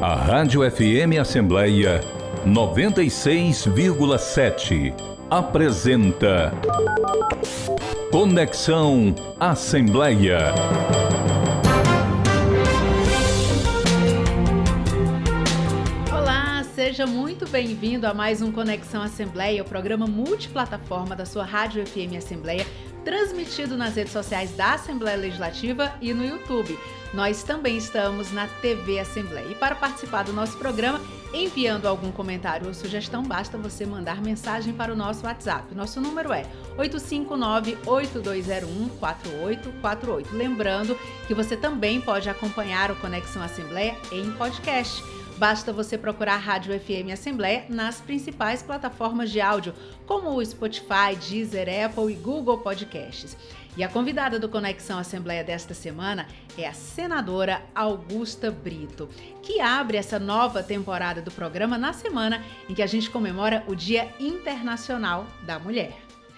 A Rádio FM Assembleia 96,7 apresenta Conexão Assembleia. Olá, seja muito bem-vindo a mais um Conexão Assembleia, o programa multiplataforma da sua Rádio FM Assembleia, transmitido nas redes sociais da Assembleia Legislativa e no YouTube. Nós também estamos na TV Assembleia. E para participar do nosso programa, enviando algum comentário ou sugestão, basta você mandar mensagem para o nosso WhatsApp. Nosso número é 859-8201-4848. Lembrando que você também pode acompanhar o Conexão Assembleia em podcast. Basta você procurar a Rádio FM Assembleia nas principais plataformas de áudio, como o Spotify, Deezer, Apple e Google Podcasts. E a convidada do Conexão Assembleia desta semana é a senadora Augusta Brito, que abre essa nova temporada do programa na semana em que a gente comemora o Dia Internacional da Mulher.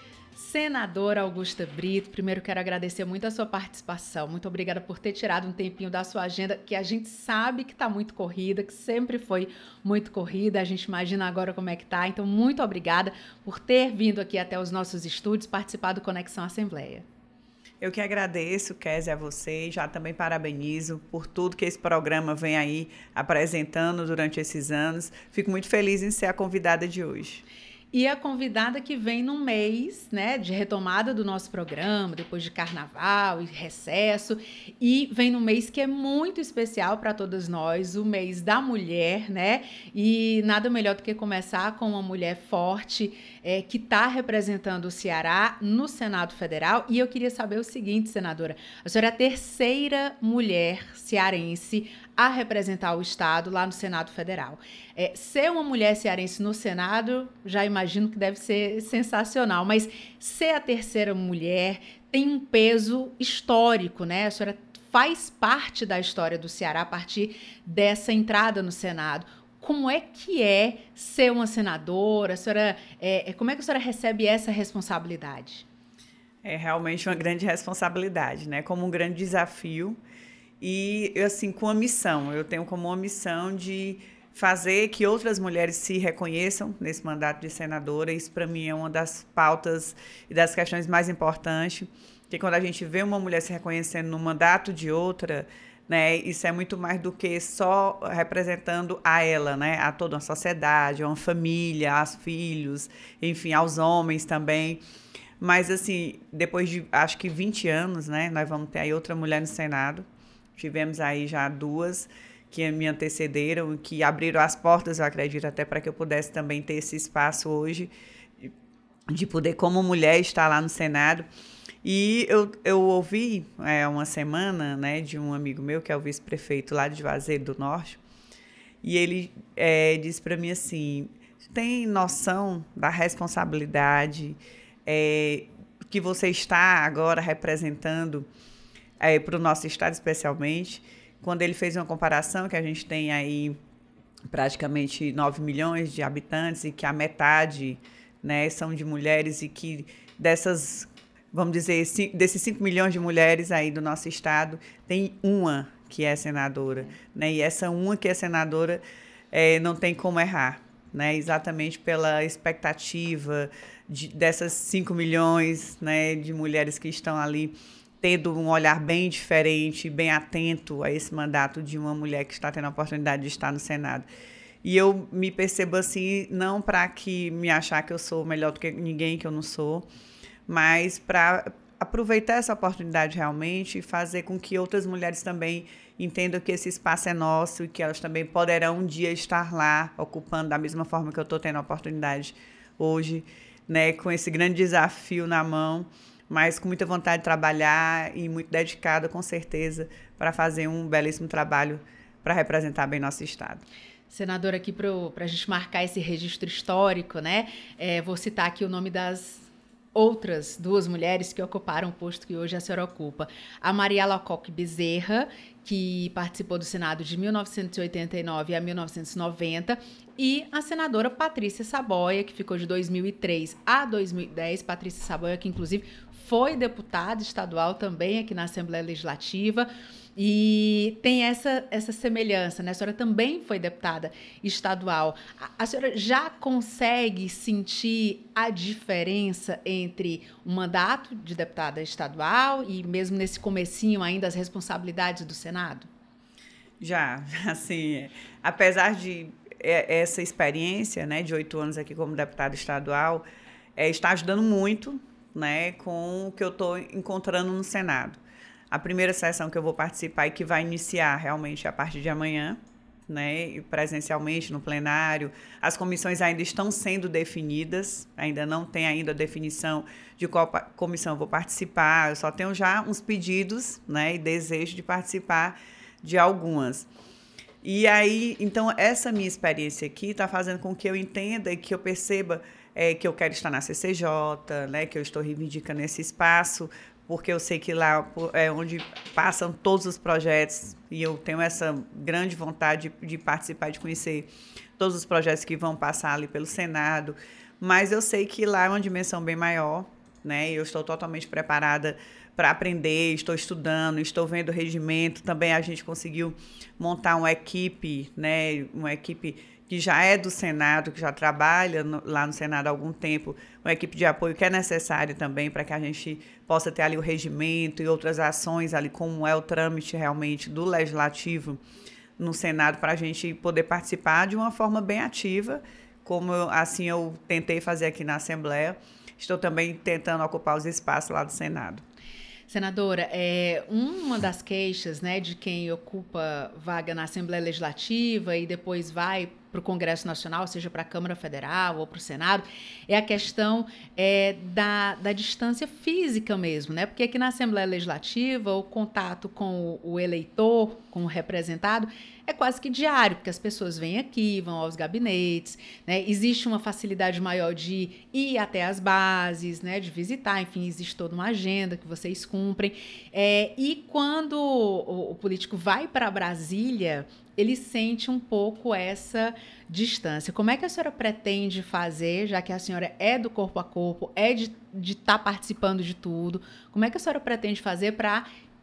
Senadora Augusta Brito, primeiro quero agradecer muito a sua participação. Muito obrigada por ter tirado um tempinho da sua agenda, que a gente sabe que está muito corrida, que sempre foi muito corrida. A gente imagina agora como é que está. Então, muito obrigada por ter vindo aqui até os nossos estúdios participar do Conexão Assembleia. Eu que agradeço, Kézia, a você, e já também parabenizo por tudo que esse programa vem aí apresentando durante esses anos. Fico muito feliz em ser a convidada de hoje. E a convidada que vem num mês, né, de retomada do nosso programa, depois de carnaval e recesso, e vem num mês que é muito especial para todas nós, o mês da mulher, né? E nada melhor do que começar com uma mulher forte, que está representando o Ceará no Senado Federal. E eu queria saber o seguinte, senadora, a senhora é a terceira mulher cearense a representar o Estado lá no Senado Federal. Ser uma mulher cearense no Senado, já imagino que deve ser sensacional, mas ser a terceira mulher tem um peso histórico, né? A senhora faz parte da história do Ceará a partir dessa entrada no Senado. Como é que é ser uma senadora? Como é que a senhora recebe essa responsabilidade? É realmente uma grande responsabilidade, né? Como um grande desafio. E, assim, com a missão, eu tenho como uma missão de fazer que outras mulheres se reconheçam nesse mandato de senadora. Isso, para mim, é uma das pautas e das questões mais importantes, porque quando a gente vê uma mulher se reconhecendo no mandato de outra, né, isso é muito mais do que só representando a ela, né, a toda uma sociedade, a uma família, aos filhos, enfim, aos homens também. Mas, assim, depois de, acho que 20 anos, né, nós vamos ter aí outra mulher no Senado. Tivemos aí já duas que me antecederam, que abriram as portas, eu acredito, até para que eu pudesse também ter esse espaço hoje, de poder, como mulher, estar lá no Senado. E eu ouvi uma semana, né, de um amigo meu, que é o vice-prefeito lá de Juazeiro do Norte, e ele disse para mim assim, tem noção da responsabilidade que você está agora representando para o nosso estado especialmente, quando ele fez uma comparação que a gente tem aí praticamente 9 milhões de habitantes e que a metade, né, são de mulheres e que dessas, vamos dizer, desses 5 milhões de mulheres aí do nosso estado, tem uma que é senadora, né, e essa uma que é senadora não tem como errar, né, exatamente pela expectativa dessas 5 milhões, né, de mulheres que estão ali tendo um olhar bem diferente, bem atento a esse mandato de uma mulher que está tendo a oportunidade de estar no Senado. E eu me percebo assim, não para que me achar que eu sou melhor do que ninguém, que eu não sou, mas para aproveitar essa oportunidade realmente e fazer com que outras mulheres também entendam que esse espaço é nosso e que elas também poderão um dia estar lá, ocupando da mesma forma que eu estou tendo a oportunidade hoje, né, com esse grande desafio na mão, mas com muita vontade de trabalhar e muito dedicada, com certeza, para fazer um belíssimo trabalho para representar bem nosso estado. Senadora, aqui para a gente marcar esse registro histórico, né? Vou citar aqui o nome das outras duas mulheres que ocuparam o posto que hoje a senhora ocupa. A Maria Alacoque Bezerra, que participou do Senado de 1989 a 1990, e a senadora Patrícia Saboia, que ficou de 2003 a 2010. Patrícia Saboia, que inclusive foi deputada estadual também aqui na Assembleia Legislativa. E tem essa semelhança, né? A senhora também foi deputada estadual. A senhora já consegue sentir a diferença entre o mandato de deputada estadual e mesmo nesse comecinho ainda as responsabilidades do Senado? Já, assim, apesar de essa experiência, né, de 8 anos aqui como deputada estadual, está ajudando muito, né, com o que eu estou encontrando no Senado. A primeira sessão que eu vou participar e que vai iniciar realmente a partir de amanhã, né, e presencialmente no plenário, as comissões ainda estão sendo definidas, ainda não tem ainda a definição de qual comissão eu vou participar, eu só tenho já uns pedidos, né, e desejo de participar de algumas. E aí, então, essa minha experiência aqui está fazendo com que eu entenda e que eu perceba que eu quero estar na CCJ, né, que eu estou reivindicando esse espaço, porque eu sei que lá é onde passam todos os projetos e eu tenho essa grande vontade de participar, de conhecer todos os projetos que vão passar ali pelo Senado, mas eu sei que lá é uma dimensão bem maior, né? Eu estou totalmente preparada para aprender, estou estudando, estou vendo o regimento, também a gente conseguiu montar uma equipe, né? Uma equipe que já é do Senado, que já trabalha lá no Senado há algum tempo, uma equipe de apoio que é necessária também para que a gente possa ter ali o regimento e outras ações ali, como é o trâmite realmente do Legislativo no Senado, para a gente poder participar de uma forma bem ativa, como eu tentei fazer aqui na Assembleia. Estou também tentando ocupar os espaços lá do Senado. Senadora, uma das queixas, né, de quem ocupa vaga na Assembleia Legislativa e depois vai para o Congresso Nacional, seja para a Câmara Federal ou para o Senado, é a questão da distância física mesmo, né? Porque aqui na Assembleia Legislativa o contato com o eleitor, com o representado, é quase que diário, porque as pessoas vêm aqui, vão aos gabinetes, né? Existe uma facilidade maior de ir até as bases, né? De visitar, enfim, existe toda uma agenda que vocês cumprem. E quando o político vai para Brasília, ele sente um pouco essa distância. Como é que a senhora pretende fazer, já que a senhora é do corpo a corpo, é de estar participando de tudo, como é que a senhora pretende fazer para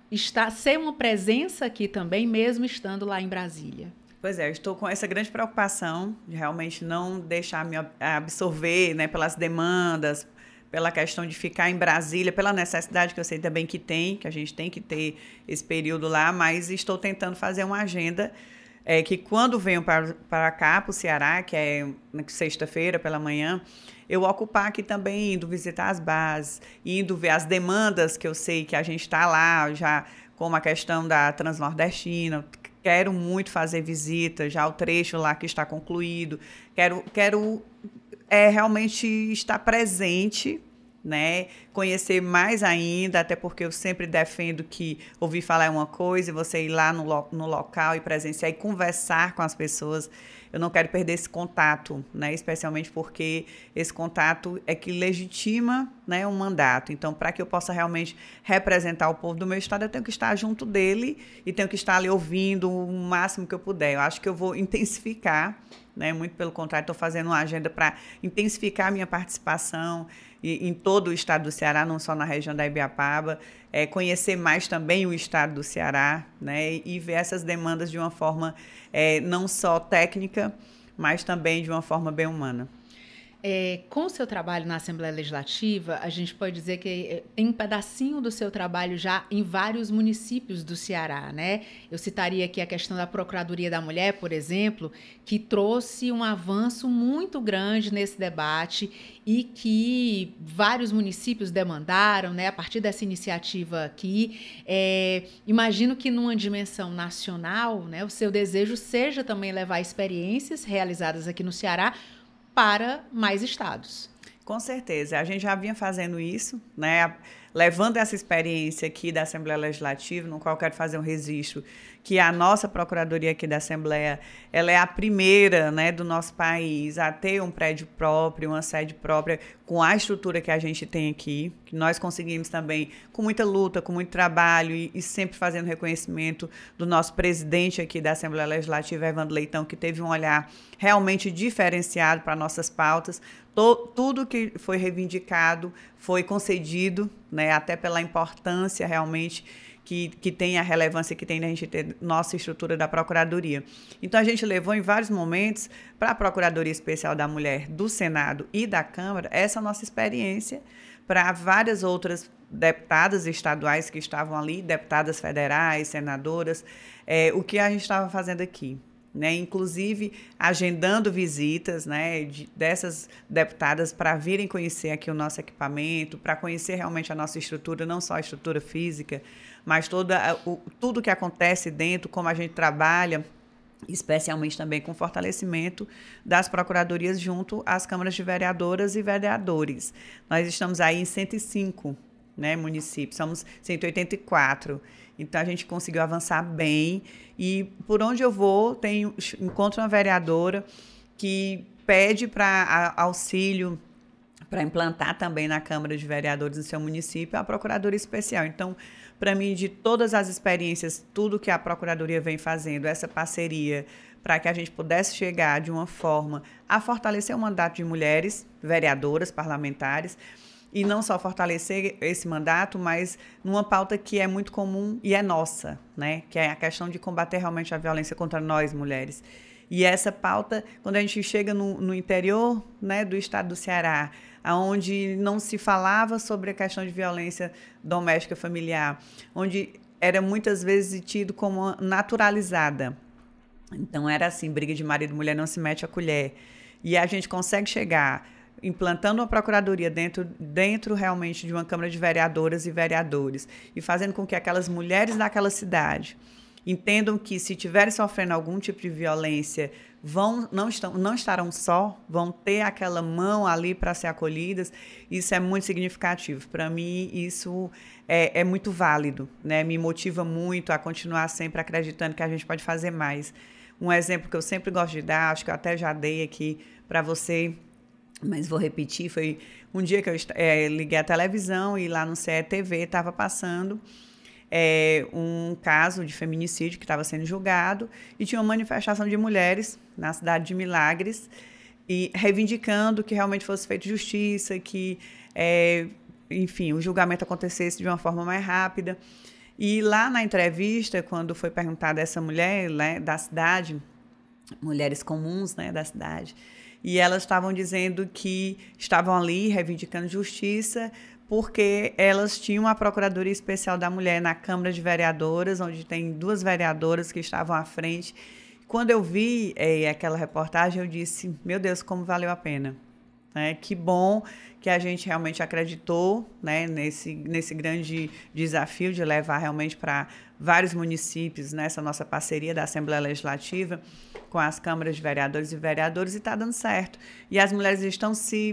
ser uma presença aqui também, mesmo estando lá em Brasília? Pois é, eu estou com essa grande preocupação de realmente não deixar me absorver, né, pelas demandas, pela questão de ficar em Brasília, pela necessidade que eu sei também que a gente tem que ter esse período lá, mas estou tentando fazer uma agenda que quando venho para cá, para o Ceará, que é na sexta-feira pela manhã, eu ocupar aqui também, indo visitar as bases, indo ver as demandas que eu sei que a gente está lá, já como a questão da Transnordestina. Quero muito fazer visita, já o trecho lá que está concluído. Quero realmente estar presente, né? Conhecer mais ainda, até porque eu sempre defendo que ouvir falar é uma coisa e você ir lá no local e presenciar e conversar com as pessoas. Eu não quero perder esse contato, né? Especialmente porque esse contato é que legitima, né, um mandato. Então, para que eu possa realmente representar o povo do meu estado, eu tenho que estar junto dele e tenho que estar ali ouvindo o máximo que eu puder. Eu acho que eu vou intensificar, né? Muito pelo contrário, estou fazendo uma agenda para intensificar a minha participação em todo o estado do Ceará, não só na região da Ibiapaba, conhecer mais também o estado do Ceará, né? E ver essas demandas de uma forma não só técnica, mas também de uma forma bem humana. Com o seu trabalho na Assembleia Legislativa, a gente pode dizer que tem um pedacinho do seu trabalho já em vários municípios do Ceará, né? Eu citaria aqui a questão da Procuradoria da Mulher, por exemplo, que trouxe um avanço muito grande nesse debate e que vários municípios demandaram, né, a partir dessa iniciativa aqui. Imagino que numa dimensão nacional, né, o seu desejo seja também levar experiências realizadas aqui no Ceará para mais estados. Com certeza. A gente já vinha fazendo isso, né? Levando essa experiência aqui da Assembleia Legislativa, no qual eu quero fazer um registro, que a nossa Procuradoria aqui da Assembleia, ela é a primeira, né, do nosso país a ter um prédio próprio, uma sede própria, com a estrutura que a gente tem aqui, que nós conseguimos também, com muita luta, com muito trabalho e sempre fazendo reconhecimento do nosso presidente aqui da Assembleia Legislativa, Evandro Leitão, que teve um olhar realmente diferenciado para nossas pautas. Tudo que foi reivindicado foi concedido, né, até pela importância realmente que tem a relevância que tem na gente ter nossa estrutura da Procuradoria. Então, a gente levou em vários momentos para a Procuradoria Especial da Mulher do Senado e da Câmara essa nossa experiência para várias outras deputadas estaduais que estavam ali, deputadas federais, senadoras, o que a gente estava fazendo aqui. Né, inclusive agendando visitas, né, dessas deputadas para virem conhecer aqui o nosso equipamento, para conhecer realmente a nossa estrutura, não só a estrutura física, mas tudo que acontece dentro, como a gente trabalha, especialmente também com o fortalecimento das procuradorias junto às câmaras de vereadoras e vereadores. Nós estamos aí em 105, né, municípios, somos 184. Então, a gente conseguiu avançar bem e, por onde eu vou, encontro uma vereadora que pede para auxílio para implantar também na Câmara de Vereadores do seu município a Procuradoria Especial. Então, para mim, de todas as experiências, tudo que a Procuradoria vem fazendo, essa parceria, para que a gente pudesse chegar de uma forma a fortalecer o mandato de mulheres, vereadoras, parlamentares, e não só fortalecer esse mandato, mas numa pauta que é muito comum e é nossa, né? Que é a questão de combater realmente a violência contra nós, mulheres. E essa pauta, quando a gente chega no interior, né, do estado do Ceará, onde não se falava sobre a questão de violência doméstica familiar, onde era muitas vezes tido como naturalizada. Então, era assim, briga de marido e mulher não se mete a colher. E a gente consegue chegar implantando uma procuradoria dentro realmente de uma Câmara de Vereadoras e Vereadores e fazendo com que aquelas mulheres daquela cidade entendam que, se estiverem sofrendo algum tipo de violência, não estarão só, vão ter aquela mão ali para ser acolhidas. Isso é muito significativo. Para mim, isso é muito válido, né? Me motiva muito a continuar sempre acreditando que a gente pode fazer mais. Um exemplo que eu sempre gosto de dar, acho que eu até já dei aqui para você, mas vou repetir, foi um dia que eu liguei a televisão e lá no CETV estava passando um caso de feminicídio que estava sendo julgado e tinha uma manifestação de mulheres na cidade de Milagres e reivindicando que realmente fosse feita justiça, que, enfim, o julgamento acontecesse de uma forma mais rápida. E lá na entrevista, quando foi perguntada essa mulher, né, da cidade, mulheres comuns, né, da cidade, e elas estavam dizendo que estavam ali reivindicando justiça porque elas tinham a Procuradoria Especial da Mulher na Câmara de Vereadoras, onde tem 2 vereadoras que estavam à frente. Quando eu vi aquela reportagem, eu disse, meu Deus, como valeu a pena. Que bom que a gente realmente acreditou, né, nesse grande desafio de levar realmente para vários municípios nessa nossa parceria da Assembleia Legislativa com as câmaras de vereadores e vereadores, e está dando certo. E as mulheres estão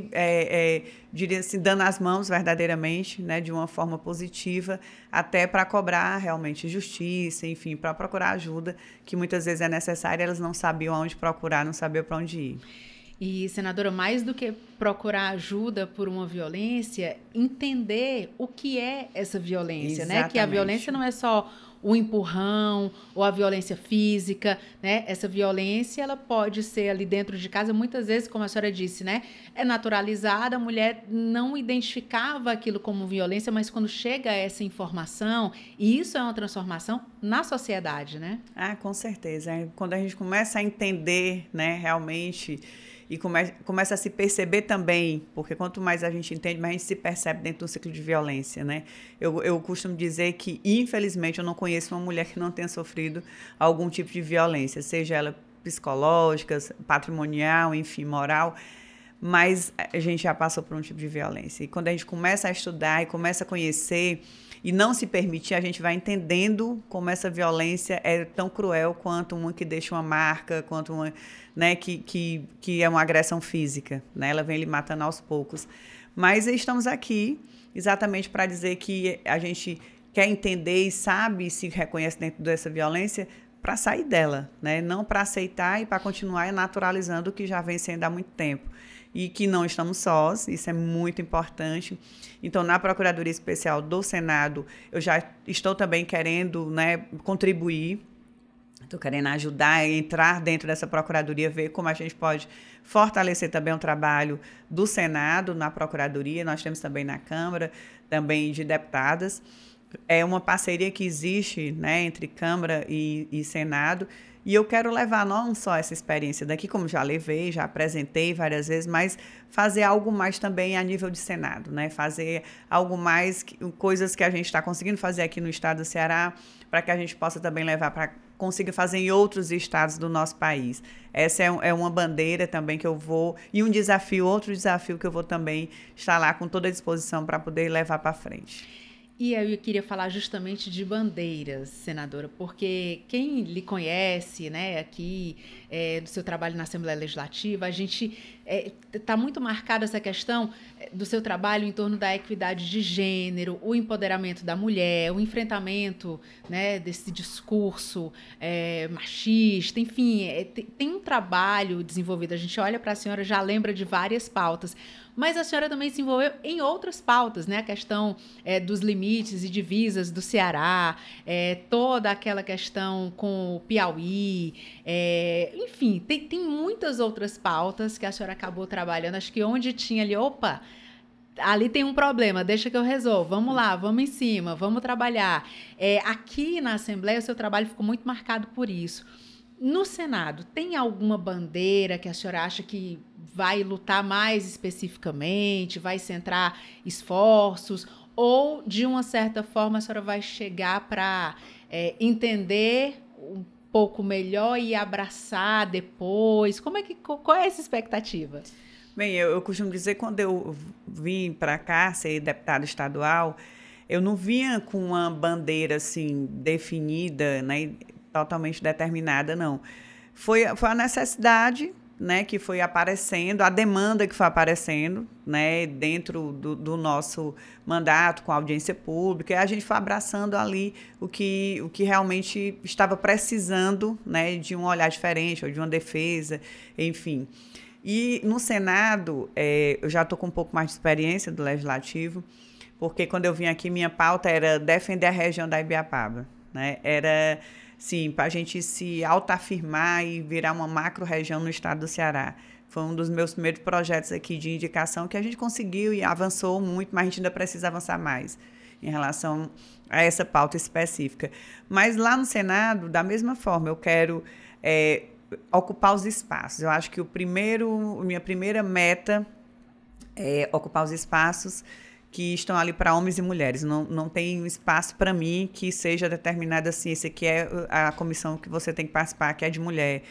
diria assim, dando as mãos verdadeiramente, né, de uma forma positiva, até para cobrar realmente justiça, enfim, para procurar ajuda, que muitas vezes é necessária, elas não sabiam aonde procurar, não sabiam para onde ir. E, senadora, mais do que procurar ajuda por uma violência, entender o que é essa violência, né? Que a violência não é só o empurrão ou a violência física, né? Essa violência, ela pode ser ali dentro de casa, muitas vezes, como a senhora disse, né? É naturalizada, a mulher não identificava aquilo como violência, mas quando chega essa informação, e isso é uma transformação na sociedade, né? Ah, com certeza. Quando a gente começa a entender, né, realmente, e começa a se perceber também, porque quanto mais a gente entende, mais a gente se percebe dentro do ciclo de violência, né? Eu costumo dizer que, infelizmente, eu não conheço uma mulher que não tenha sofrido algum tipo de violência, seja ela psicológica, patrimonial, enfim, moral, mas a gente já passou por um tipo de violência. E quando a gente começa a estudar e começa a conhecer e não se permitir, a gente vai entendendo como essa violência é tão cruel quanto uma que deixa uma marca, quanto uma, né, que é uma agressão física, né? Ela vem lhe matando aos poucos. Mas estamos aqui exatamente para dizer que a gente quer entender e sabe, se reconhece dentro dessa violência, para sair dela, né? Não para aceitar e para continuar naturalizando o que já vem sendo há muito tempo. E que não estamos sós, isso é muito importante. Então, na Procuradoria Especial do Senado, eu já estou também querendo, né, contribuir, estou querendo ajudar a entrar dentro dessa Procuradoria, ver como a gente pode fortalecer também o trabalho do Senado na Procuradoria. Nós temos também na Câmara, também de deputadas, é uma parceria que existe, né, entre Câmara e Senado, e eu quero levar não só essa experiência daqui, como já levei, já apresentei várias vezes, mas fazer algo mais também a nível de Senado, né? Fazer algo mais, coisas que a gente está conseguindo fazer aqui no estado do Ceará, para que a gente possa também levar para consiga fazer em outros estados do nosso país. Essa é uma bandeira também que eu vou, e um desafio, outro desafio que eu vou também estar lá com toda a disposição para poder levar para frente. E eu queria falar justamente de bandeiras, senadora, porque quem lhe conhece, né, aqui, do seu trabalho na Assembleia Legislativa, a gente está muito marcada essa questão do seu trabalho em torno da equidade de gênero, o empoderamento da mulher, o enfrentamento, né, desse discurso machista, enfim, tem um trabalho desenvolvido. A gente olha para a senhora, já lembra de várias pautas, mas a senhora também se envolveu em outras pautas, né? A questão dos limites e divisas do Ceará, toda aquela questão com o Piauí, enfim, tem muitas outras pautas que a senhora acabou trabalhando. Acho que onde tinha ali, opa, ali tem um problema, deixa que eu resolvo, vamos lá, vamos em cima, vamos trabalhar. Aqui na Assembleia, o seu trabalho ficou muito marcado por isso. No Senado, tem alguma bandeira que a senhora acha que vai lutar mais especificamente, vai centrar esforços, ou, de uma certa forma, a senhora vai chegar para entender um pouco melhor e abraçar depois? Qual é essa expectativa? Bem, eu costumo dizer, quando eu vim para cá ser deputada estadual, eu não vinha com uma bandeira assim definida, né, totalmente determinada, não. Foi a necessidade, né, que foi aparecendo, a demanda que foi aparecendo, né, dentro do nosso mandato, com a audiência pública, e a gente foi abraçando ali o que realmente estava precisando, né, de um olhar diferente, ou de uma defesa, enfim. E no Senado, eu já estou com um pouco mais de experiência do Legislativo, porque quando eu vim aqui, minha pauta era defender a região da Ibiapaba, né? Era, sim, para a gente se autoafirmar e virar uma macro-região no estado do Ceará. Foi um dos meus primeiros projetos aqui de indicação que a gente conseguiu e avançou muito, mas a gente ainda precisa avançar mais em relação a essa pauta específica. Mas lá no Senado, da mesma forma, eu quero ocupar os espaços. Eu acho que minha primeira meta é ocupar os espaços que estão ali para homens e mulheres. Não tem espaço para mim que seja determinado assim, esse aqui é a comissão que você tem que participar, que é de mulher,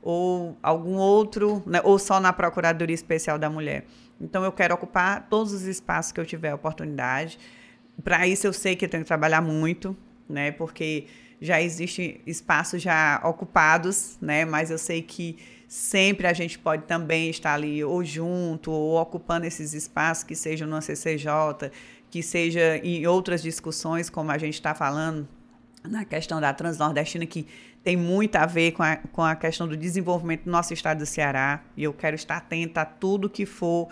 ou algum outro, né, ou só na Procuradoria Especial da Mulher. Então, eu quero ocupar todos os espaços que eu tiver oportunidade. Para isso, eu sei que eu tenho que trabalhar muito, né, porque já existem espaços já ocupados, né, mas eu sei que sempre a gente pode também estar ali ou junto ou ocupando esses espaços, que seja no CCJ, que seja em outras discussões, como a gente está falando na questão da Transnordestina, que tem muito a ver com a questão do desenvolvimento do nosso estado do Ceará, e eu quero estar atenta a tudo que for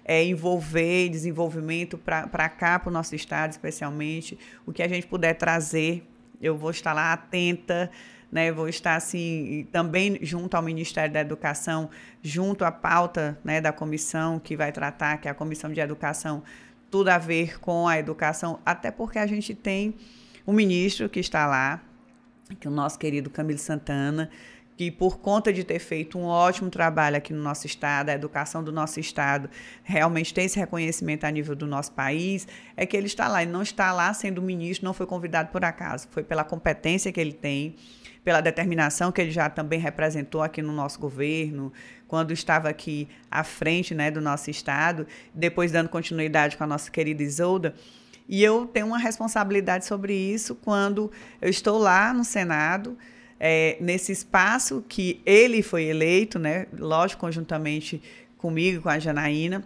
envolver desenvolvimento para cá, para o nosso estado especialmente, o que a gente puder trazer, eu vou estar lá atenta, né, vou estar assim, também junto ao Ministério da Educação, junto à pauta, né, da comissão que vai tratar, que é a Comissão de Educação, tudo a ver com a educação, até porque a gente tem um ministro que está lá, que é o nosso querido Camilo Santana, que por conta de ter feito um ótimo trabalho aqui no nosso estado, a educação do nosso estado realmente tem esse reconhecimento a nível do nosso país, é que ele está lá. Ele não está lá sendo ministro, não foi convidado por acaso, foi pela competência que ele tem, pela determinação que ele já também representou aqui no nosso governo, quando estava aqui à frente, né, do nosso estado, depois dando continuidade com a nossa querida Isolda. E eu tenho uma responsabilidade sobre isso quando eu estou lá no Senado, nesse espaço que ele foi eleito, né, lógico, conjuntamente comigo, com a Janaína,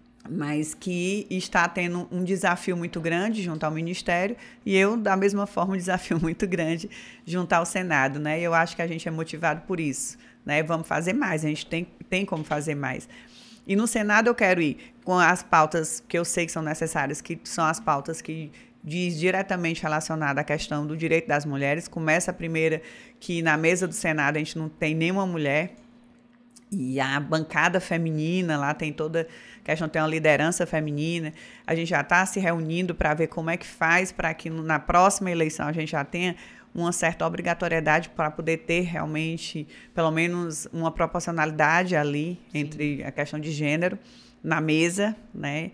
mas que está tendo um desafio muito grande junto ao Ministério, e eu, da mesma forma, um desafio muito grande junto ao Senado, né? Eu acho que a gente é motivado por isso, né? Vamos fazer mais, a gente tem como fazer mais. E no Senado eu quero ir com as pautas que eu sei que são necessárias, que são as pautas que diz diretamente relacionada à questão do direito das mulheres. Começa a primeira, que na mesa do Senado a gente não tem nenhuma mulher, E a bancada feminina, lá tem toda a questão, tem uma liderança feminina. A gente já está se reunindo para ver como é que faz para que na próxima eleição a gente já tenha uma certa obrigatoriedade para poder ter realmente, pelo menos, uma proporcionalidade ali entre a questão de gênero na mesa, né?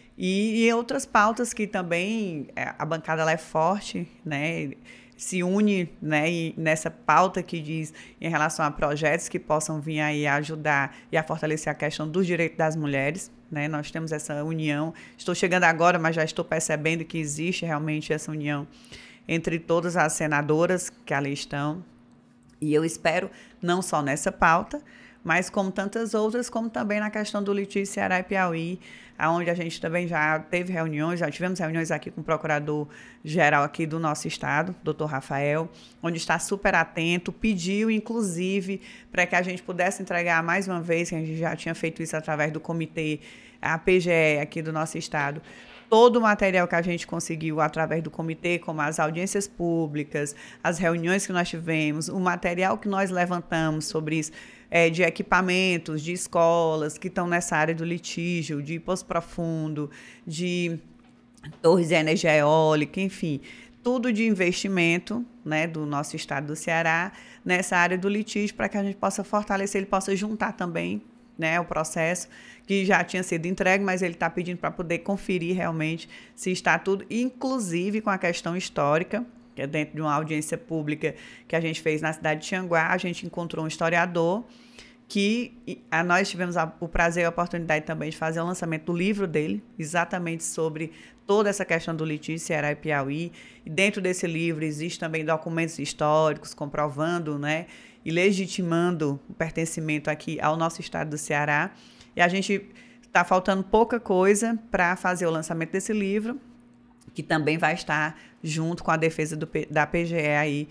E outras pautas que também a bancada ela é forte, né? Se une, né, e nessa pauta que diz em relação a projetos que possam vir aí a ajudar e a fortalecer a questão dos direitos das mulheres, né? Nós temos essa união. Estou chegando agora, mas já estou percebendo que existe realmente essa união entre todas as senadoras que ali estão. E eu espero, não só nessa pauta, mas como tantas outras, como também na questão do litígio Ceará e Piauí, onde a gente também já teve reuniões, já tivemos reuniões aqui com o procurador-geral aqui do nosso estado, doutor Rafael, onde está super atento, pediu, inclusive, para que a gente pudesse entregar mais uma vez, que a gente já tinha feito isso através do comitê, a PGE aqui do nosso estado, todo o material que a gente conseguiu através do comitê, como as audiências públicas, as reuniões que nós tivemos, o material que nós levantamos sobre isso, de equipamentos, de escolas que estão nessa área do litígio, de Poço Profundo, de torres de energia eólica, enfim, tudo de investimento, né, do nosso estado do Ceará nessa área do litígio para que a gente possa fortalecer, ele possa juntar também, né, o processo que já tinha sido entregue, mas ele está pedindo para poder conferir realmente se está tudo, inclusive com a questão histórica, que é dentro de uma audiência pública que a gente fez na cidade de Tianguá, a gente encontrou um historiador que nós tivemos o prazer e a oportunidade também de fazer o lançamento do livro dele, exatamente sobre toda essa questão do litígio Ceará e Piauí. E dentro desse livro existem também documentos históricos comprovando, né, e legitimando o pertencimento aqui ao nosso estado do Ceará. E a gente está faltando pouca coisa para fazer o lançamento desse livro, que também vai estar junto com a defesa da PGE aí,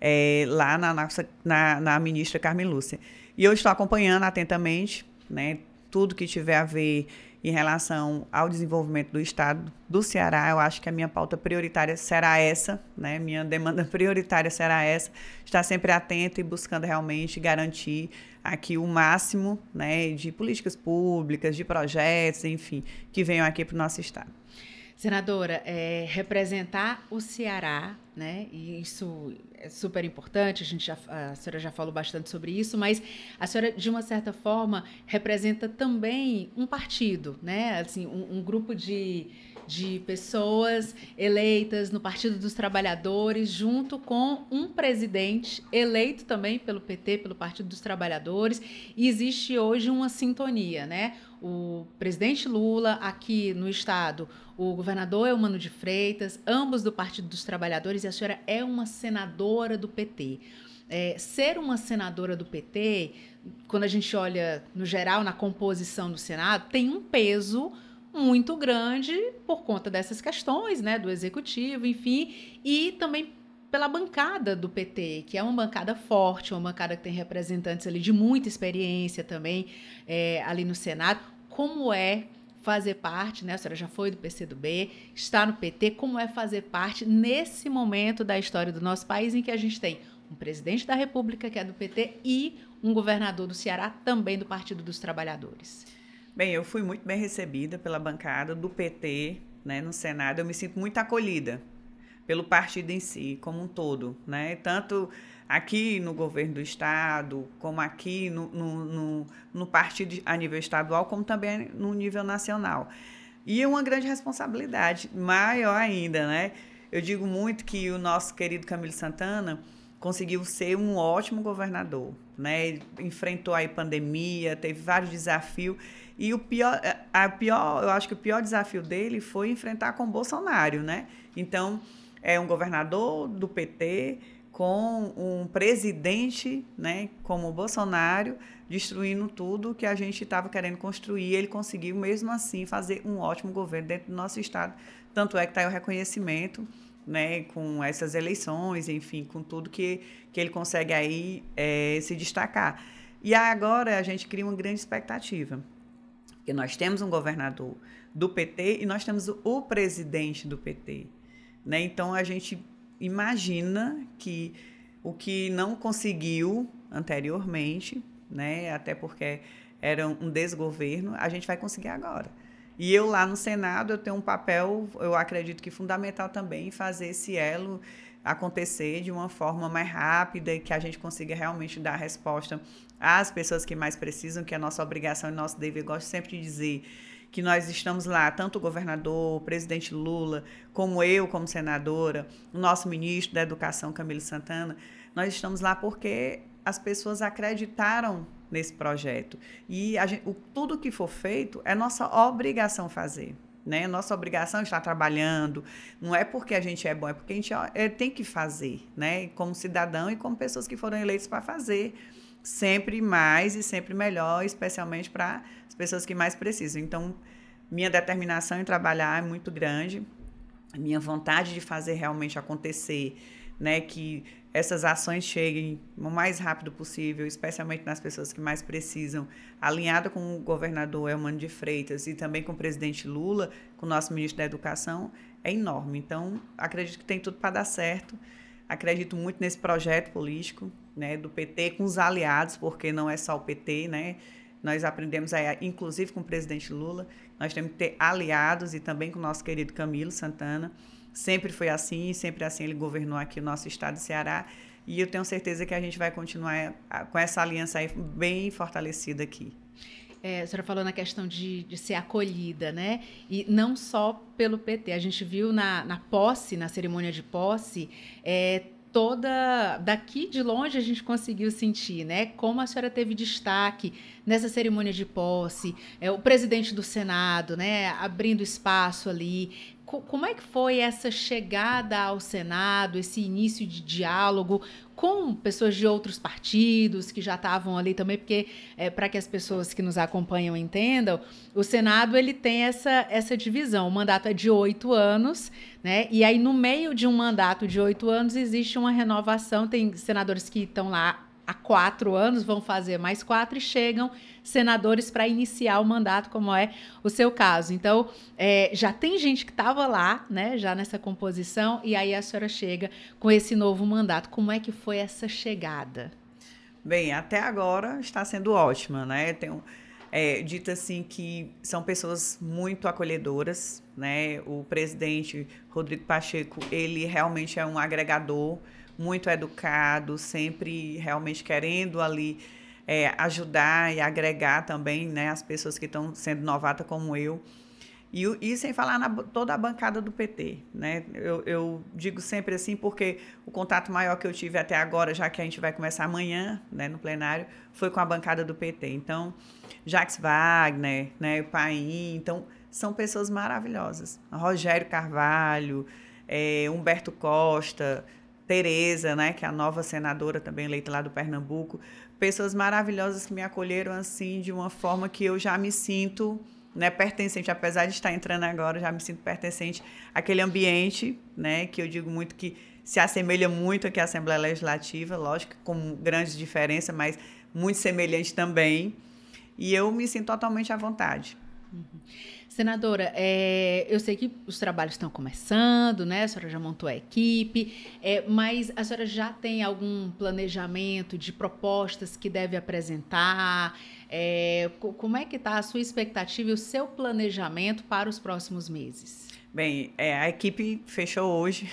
lá na ministra Carmen Lúcia. E eu estou acompanhando atentamente, né, tudo que tiver a ver em relação ao desenvolvimento do estado do Ceará. Eu acho que a minha pauta prioritária será essa, né, minha demanda prioritária será essa, estar sempre atento e buscando realmente garantir aqui o máximo, né, de políticas públicas, de projetos, enfim, que venham aqui para o nosso estado. Senadora, representar o Ceará, né? E isso é super importante, a senhora já falou bastante sobre isso, mas a senhora, de uma certa forma, representa também um partido, né? Assim, um grupo de pessoas eleitas no Partido dos Trabalhadores, junto com um presidente eleito também pelo PT, pelo Partido dos Trabalhadores, e existe hoje uma sintonia, né? O presidente Lula, aqui no estado, o governador Eumano de Freitas, ambos do Partido dos Trabalhadores, e a senhora é uma senadora do PT. Ser uma senadora do PT, quando a gente olha, no geral, na composição do Senado, tem um peso muito grande por conta dessas questões, né, do executivo, enfim, e também pela bancada do PT, que é uma bancada forte, uma bancada que tem representantes ali de muita experiência também ali no Senado. Como é fazer parte, né? A senhora já foi do PCdoB, está no PT, como é fazer parte nesse momento da história do nosso país em que a gente tem um presidente da República que é do PT e um governador do Ceará também do Partido dos Trabalhadores? Bem, eu fui muito bem recebida pela bancada do PT, né, no Senado. Eu me sinto muito acolhida pelo partido em si, como um todo, né? Tanto aqui no governo do estado, como aqui no partido a nível estadual, como também no nível nacional. E é uma grande responsabilidade, maior ainda, né? Eu digo muito que o nosso querido Camilo Santana conseguiu ser um ótimo governador, né? Ele enfrentou aí pandemia, teve vários desafios, e eu acho que o pior desafio dele foi enfrentar com o Bolsonaro, né? Então, é um governador do PT com um presidente, né, como o Bolsonaro, destruindo tudo que a gente estava querendo construir. Ele conseguiu, mesmo assim, fazer um ótimo governo dentro do nosso estado. Tanto é que está aí o reconhecimento, né, com essas eleições, enfim, com tudo que ele consegue aí se destacar. E agora a gente cria uma grande expectativa, porque nós temos um governador do PT e nós temos o presidente do PT, né? Então, a gente imagina que o que não conseguiu anteriormente, né? Até porque era um desgoverno, a gente vai conseguir agora. E eu lá no Senado, eu tenho um papel, eu acredito que fundamental também, em fazer esse elo acontecer de uma forma mais rápida e que a gente consiga realmente dar resposta às pessoas que mais precisam, que é a nossa obrigação e nosso dever. Eu gosto sempre de dizer que nós estamos lá, tanto o governador, o presidente Lula, como eu, como senadora, o nosso ministro da Educação, Camilo Santana, nós estamos lá porque as pessoas acreditaram nesse projeto. E tudo que for feito é nossa obrigação fazer. Né? Nossa obrigação é estar trabalhando, não é porque a gente é bom, é porque a gente tem que fazer, né? Como cidadão e como pessoas que foram eleitas para fazer sempre mais e sempre melhor, especialmente para as pessoas que mais precisam. Então, minha determinação em trabalhar é muito grande, minha vontade de fazer realmente acontecer, né? Que essas ações cheguem o mais rápido possível, especialmente nas pessoas que mais precisam, alinhada com o governador Eumano de Freitas e também com o presidente Lula, com o nosso ministro da Educação, é enorme. Então, acredito que tem tudo para dar certo. Acredito muito nesse projeto político, né, do PT com os aliados, porque não é só o PT, né? Nós aprendemos, inclusive com o presidente Lula, nós temos que ter aliados e também com o nosso querido Camilo Santana. Sempre foi assim, sempre assim ele governou aqui o nosso estado do Ceará. E eu tenho certeza que a gente vai continuar com essa aliança aí bem fortalecida aqui. A senhora falou na questão de ser acolhida, né? E não só pelo PT. A gente viu na posse, na cerimônia de posse, toda daqui de longe a gente conseguiu sentir, né, como a senhora teve destaque nessa cerimônia de posse, o presidente do Senado, né, abrindo espaço ali. Como é que foi essa chegada ao Senado, esse início de diálogo com pessoas de outros partidos que já estavam ali também, porque para que as pessoas que nos acompanham entendam, o Senado ele tem essa divisão, o mandato é de 8 anos, né? E aí no meio de um mandato de 8 anos existe uma renovação, tem senadores que estão lá há 4 anos, vão fazer mais 4 e chegam senadores para iniciar o mandato, como é o seu caso. Então, já tem gente que estava lá, né, já nessa composição, e aí a senhora chega com esse novo mandato. Como é que foi essa chegada? Bem, até agora está sendo ótima, né? Dito assim que são pessoas muito acolhedoras, né? O presidente Rodrigo Pacheco, ele realmente é um agregador, muito educado, sempre realmente querendo ali ajudar e agregar também, né, as pessoas que estão sendo novatas como eu. E sem falar toda a bancada do PT, né? Eu digo sempre assim porque o contato maior que eu tive até agora, já que a gente vai começar amanhã, né, no plenário, foi com a bancada do PT. Então, Jacques Wagner, né, o Paim, então, são pessoas maravilhosas. Rogério Carvalho, Humberto Costa, Tereza, né, que é a nova senadora também eleita lá do Pernambuco, pessoas maravilhosas que me acolheram assim de uma forma que eu já me sinto, né, pertencente, apesar de estar entrando agora, já me sinto pertencente àquele ambiente, né, que eu digo muito que se assemelha muito aqui à Assembleia Legislativa, lógico, com grandes diferenças, mas muito semelhante também, e eu me sinto totalmente à vontade. Uhum. Senadora, eu sei que os trabalhos estão começando, né? A senhora já montou a equipe, mas a senhora já tem algum planejamento de propostas que deve apresentar? Como é que está a sua expectativa e o seu planejamento para os próximos meses? Bem, a equipe fechou hoje.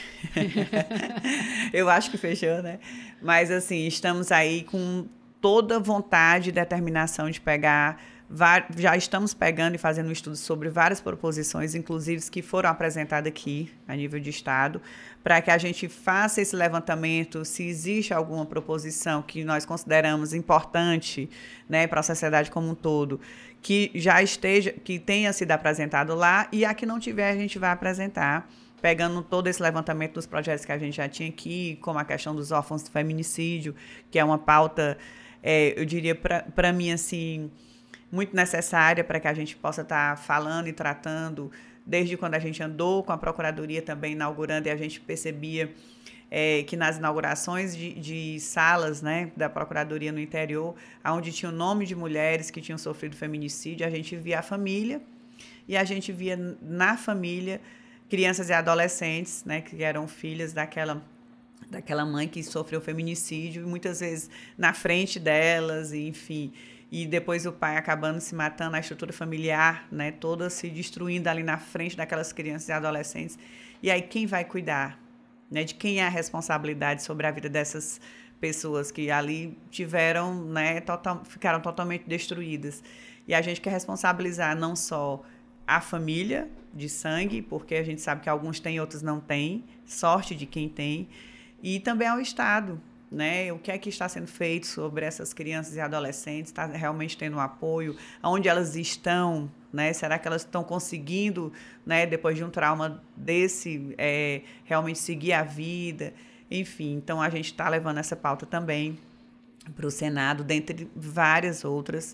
Eu acho que fechou, né? Mas, assim, estamos aí com toda vontade e determinação de pegar... Já estamos pegando e fazendo um estudo sobre várias proposições, inclusive que foram apresentadas aqui, a nível de Estado, para que a gente faça esse levantamento, se existe alguma proposição que nós consideramos importante, né, para a sociedade como um todo, que já esteja, que tenha sido apresentado lá, e a que não tiver, a gente vai apresentar, pegando todo esse levantamento dos projetos que a gente já tinha aqui, como a questão dos órfãos do feminicídio, que é uma pauta, eu diria, para mim, assim... muito necessária para que a gente possa estar falando e tratando, desde quando a gente andou com a Procuradoria também inaugurando, e a gente percebia que nas inaugurações de salas, né, da Procuradoria no interior, onde tinha o nome de mulheres que tinham sofrido feminicídio, a gente via a família, e a gente via na família crianças e adolescentes, né, que eram filhas daquela mãe que sofreu feminicídio, e muitas vezes na frente delas, enfim, e depois o pai acabando se matando, a estrutura familiar, né, toda se destruindo ali na frente daquelas crianças e adolescentes. E aí quem vai cuidar, né, de quem é a responsabilidade sobre a vida dessas pessoas que ali tiveram, né, ficaram totalmente destruídas? E a gente quer responsabilizar não só a família de sangue, porque a gente sabe que alguns têm, outros não têm, sorte de quem tem, e também ao Estado, né? O que é que está sendo feito sobre essas crianças e adolescentes? Está realmente tendo um apoio? Onde elas estão, né? Será que elas estão conseguindo, né, depois de um trauma desse, realmente seguir a vida? Enfim, então a gente está levando essa pauta também para o Senado, dentre várias outras.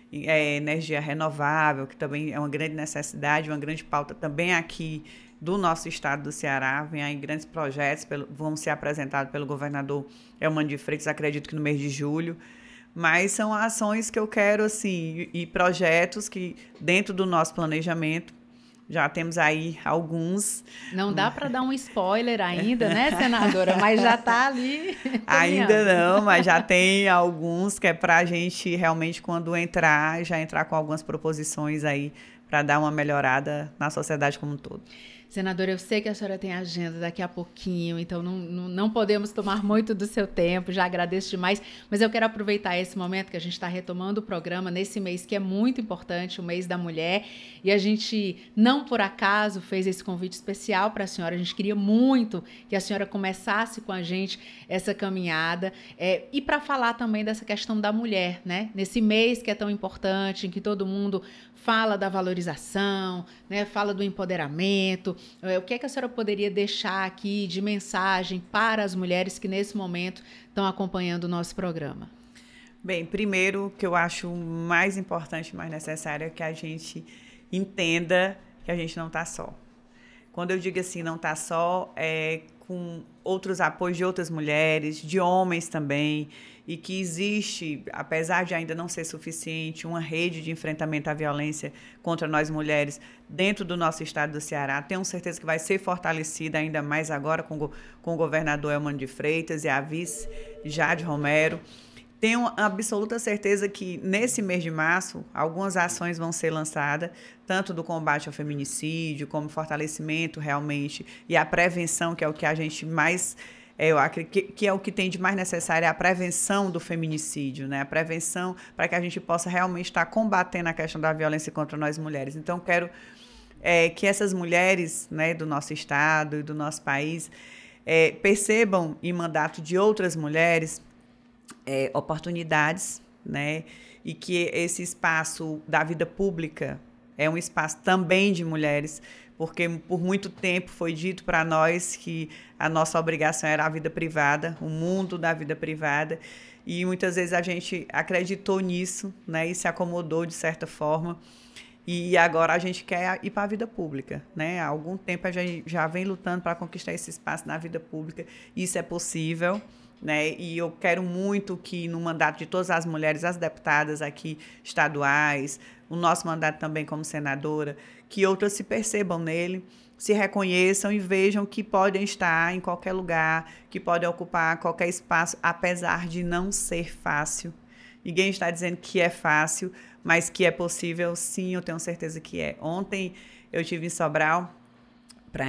Energia renovável, que também é uma grande necessidade, uma grande pauta também aqui do nosso estado do Ceará. Vem aí grandes projetos, vão ser apresentados pelo governador Eumano de Freitas, acredito que no mês de julho. Mas são ações que eu quero, assim, e projetos que, dentro do nosso planejamento, já temos aí alguns. Não dá para dar um spoiler ainda, né, senadora? Mas já está ali. Ainda não, mas já tem alguns que é para a gente realmente, quando já entrar com algumas proposições aí para dar uma melhorada na sociedade como um todo. Senadora, eu sei que a senhora tem agenda daqui a pouquinho, então não podemos tomar muito do seu tempo, já agradeço demais, mas eu quero aproveitar esse momento que a gente está retomando o programa nesse mês que é muito importante, o mês da mulher, e a gente, não por acaso, fez esse convite especial para a senhora. A gente queria muito que a senhora começasse com a gente essa caminhada, e para falar também dessa questão da mulher, né? Nesse mês que é tão importante, em que todo mundo fala da valorização, né? Fala do empoderamento. O que é que a senhora poderia deixar aqui de mensagem para as mulheres que nesse momento estão acompanhando o nosso programa? Bem, primeiro, o que eu acho mais importante, mais necessário, é que a gente entenda que a gente não está só. Quando eu digo assim, não está só, é com outros apoios de outras mulheres, de homens também, e que existe, apesar de ainda não ser suficiente, uma rede de enfrentamento à violência contra nós mulheres dentro do nosso estado do Ceará. Tenho certeza que vai ser fortalecida ainda mais agora com o governador Eumano de Freitas e a vice Jade Romero. Tenho absoluta certeza que nesse mês de março algumas ações vão ser lançadas, tanto do combate ao feminicídio, como fortalecimento realmente, e a prevenção, que é o que a gente mais... eu acredito que é o que tem de mais necessário, é a prevenção do feminicídio, né? A prevenção para que a gente possa realmente estar combatendo a questão da violência contra nós mulheres. Então, quero que essas mulheres, né, do nosso estado e do nosso país percebam, em mandato de outras mulheres, oportunidades, né? E que esse espaço da vida pública é um espaço também de mulheres, porque por muito tempo foi dito para nós que a nossa obrigação era a vida privada, o mundo da vida privada, e muitas vezes a gente acreditou nisso, né, e se acomodou de certa forma, e agora a gente quer ir para a vida pública, né? Há algum tempo a gente já vem lutando para conquistar esse espaço na vida pública, isso é possível, né? E eu quero muito que no mandato de todas as mulheres, as deputadas aqui estaduais, o nosso mandato também como senadora, que outras se percebam nele, se reconheçam e vejam que podem estar em qualquer lugar, que podem ocupar qualquer espaço, apesar de não ser fácil. Ninguém está dizendo que é fácil, mas que é possível, sim, eu tenho certeza que é. Ontem eu estive em Sobral para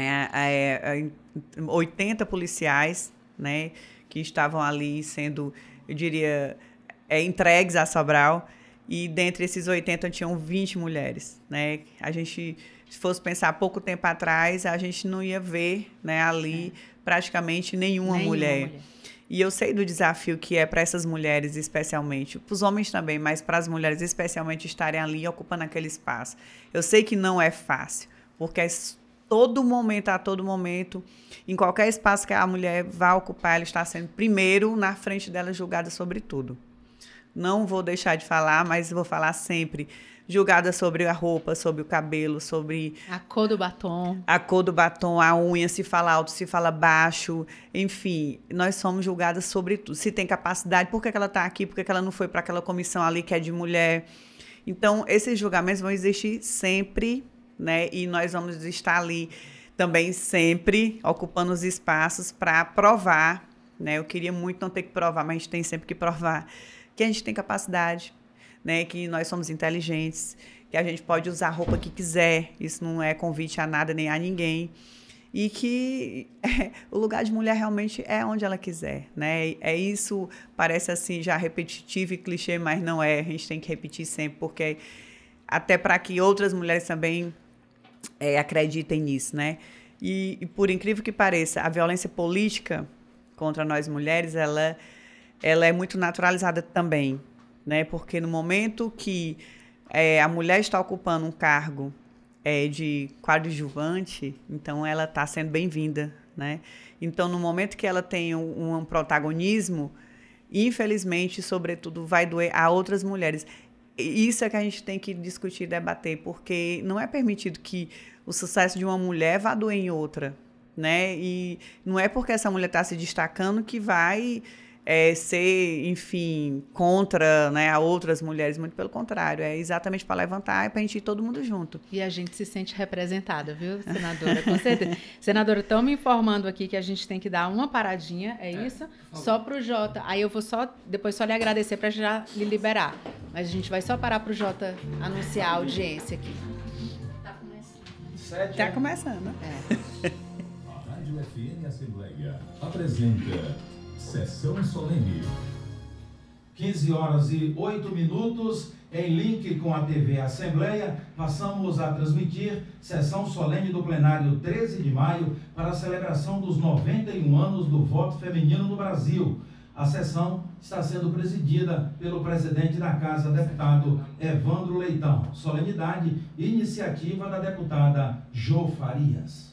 80 policiais, né, que estavam ali sendo, eu diria, entregues a Sobral, e dentre esses 80 tinham 20 mulheres, né? A gente, se fosse pensar pouco tempo atrás, a gente não ia ver, né, ali praticamente nenhuma mulher. E eu sei do desafio que é para essas mulheres, especialmente, para os homens também, mas para as mulheres especialmente estarem ali ocupando aquele espaço. Eu sei que não é fácil, porque a todo momento, em qualquer espaço que a mulher vá ocupar, ela está sendo primeiro na frente dela julgada sobre tudo. Não vou deixar de falar, mas vou falar sempre. Julgada sobre a roupa, sobre o cabelo, sobre... a cor do batom. A cor do batom, a unha, se fala alto, se fala baixo. Enfim, nós somos julgadas sobre tudo. Se tem capacidade, por que ela está aqui? Por que ela não foi para aquela comissão ali que é de mulher? Então, esses julgamentos vão existir sempre, né? E nós vamos estar ali também sempre ocupando os espaços para provar né? Eu queria muito não ter que provar, mas a gente tem sempre que provar que a gente tem capacidade, né? Que nós somos inteligentes, que a gente pode usar a roupa que quiser, isso não é convite a nada nem a ninguém. E que o lugar de mulher realmente é onde ela quiser, né? É isso, parece assim já repetitivo e clichê, mas não é. A gente tem que repetir sempre, porque até para que outras mulheres também acreditem nisso, né? E por incrível que pareça, a violência política contra nós mulheres, ela é muito naturalizada também, né? Porque no momento que a mulher está ocupando um cargo de coadjuvante, então ela está sendo bem-vinda, né? Então, no momento que ela tem um protagonismo, infelizmente, sobretudo, vai doer a outras mulheres. Isso é que a gente tem que discutir e debater, porque não é permitido que o sucesso de uma mulher vá doer em outra, né? E não é porque essa mulher está se destacando que vai ser, enfim, contra, né, a outras mulheres, muito pelo contrário, é exatamente para levantar e para a gente ir todo mundo junto. E a gente se sente representada, viu, senadora? Com certeza. Senadora, estão me informando aqui que a gente tem que dar uma paradinha, isso? Só para o Jota. Aí eu vou depois só lhe agradecer para já lhe liberar. Mas a gente vai só parar para o Jota anunciar a audiência aqui. Tá começando. A Rádio FM Assembleia apresenta Sessão Solene. 15h08, em link com a TV Assembleia, passamos a transmitir sessão solene do plenário 13 de maio para a celebração dos 91 anos do voto feminino no Brasil. A sessão está sendo presidida pelo presidente da Casa, deputado Evandro Leitão. Solenidade e iniciativa da deputada Jo Farias.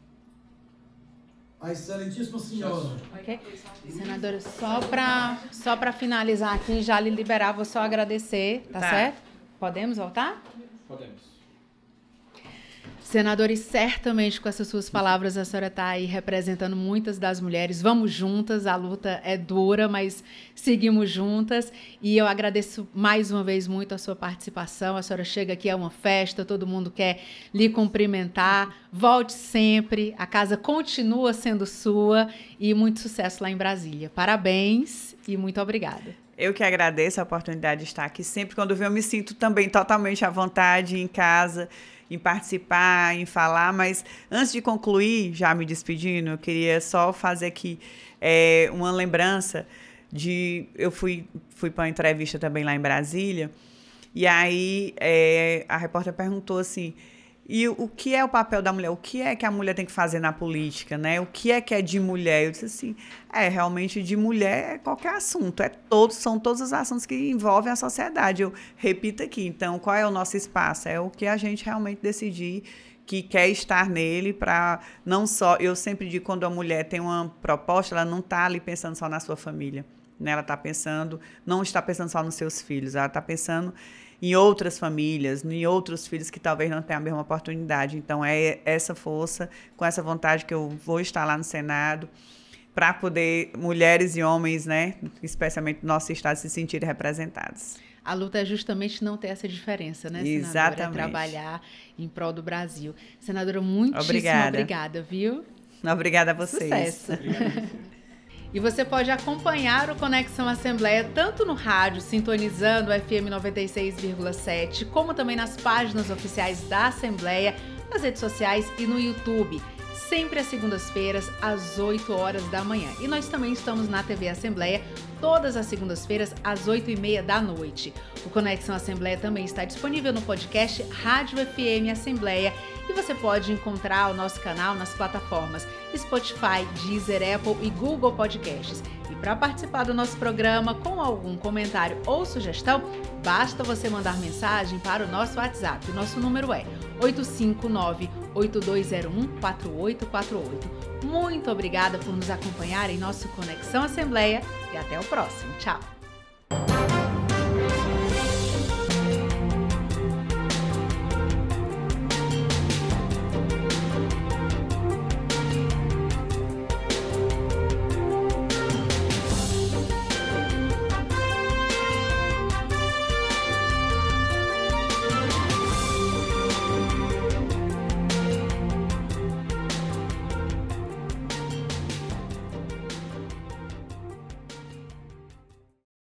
A excelentíssima senhora. Okay. Senadora, só para finalizar aqui, já lhe liberar, vou só agradecer, tá certo? Podemos voltar? Podemos. Senadora, e certamente com essas suas palavras a senhora está aí representando muitas das mulheres. Vamos juntas, a luta é dura, mas seguimos juntas. E eu agradeço mais uma vez muito a sua participação. A senhora chega aqui, é uma festa, todo mundo quer lhe cumprimentar. Volte sempre, a casa continua sendo sua e muito sucesso lá em Brasília. Parabéns e muito obrigada. Eu que agradeço a oportunidade de estar aqui. Sempre quando eu venho, eu me sinto também totalmente à vontade em casa, em participar, em falar, mas antes de concluir, já me despedindo, eu queria só fazer aqui uma lembrança de... Eu fui para uma entrevista também lá em Brasília, e aí a repórter perguntou assim, e o que é o papel da mulher? O que é que a mulher tem que fazer na política, né? O que é de mulher? Eu disse assim, realmente de mulher é qualquer assunto, são todos os assuntos que envolvem a sociedade. Eu repito aqui, então, qual é o nosso espaço? É o que a gente realmente decidir que quer estar nele para não só... Eu sempre digo, quando a mulher tem uma proposta, ela não está ali pensando só na sua família, né? Ela não está pensando só nos seus filhos, ela está pensando em outras famílias, em outros filhos que talvez não tenham a mesma oportunidade. Então, é essa força, com essa vontade que eu vou estar lá no Senado, para poder mulheres e homens, né, especialmente no nosso estado, se sentirem representados. A luta é justamente não ter essa diferença, né, senadora? Exatamente. É trabalhar em prol do Brasil. Senadora, muitíssimo obrigada, viu? Obrigada a vocês. Sucesso. E você pode acompanhar o Conexão Assembleia tanto no rádio, sintonizando o FM 96,7, como também nas páginas oficiais da Assembleia, nas redes sociais e no YouTube. Sempre às segundas-feiras, às 8 horas da manhã. E nós também estamos na TV Assembleia, todas as segundas-feiras, às 8h30 da noite. O Conexão Assembleia também está disponível no podcast Rádio FM Assembleia e você pode encontrar o nosso canal nas plataformas Spotify, Deezer, Apple e Google Podcasts. E para participar do nosso programa com algum comentário ou sugestão, basta você mandar mensagem para o nosso WhatsApp. O nosso número é 859-8201-4848. Muito obrigada por nos acompanhar em nosso Conexão Assembleia e até o próximo. Tchau!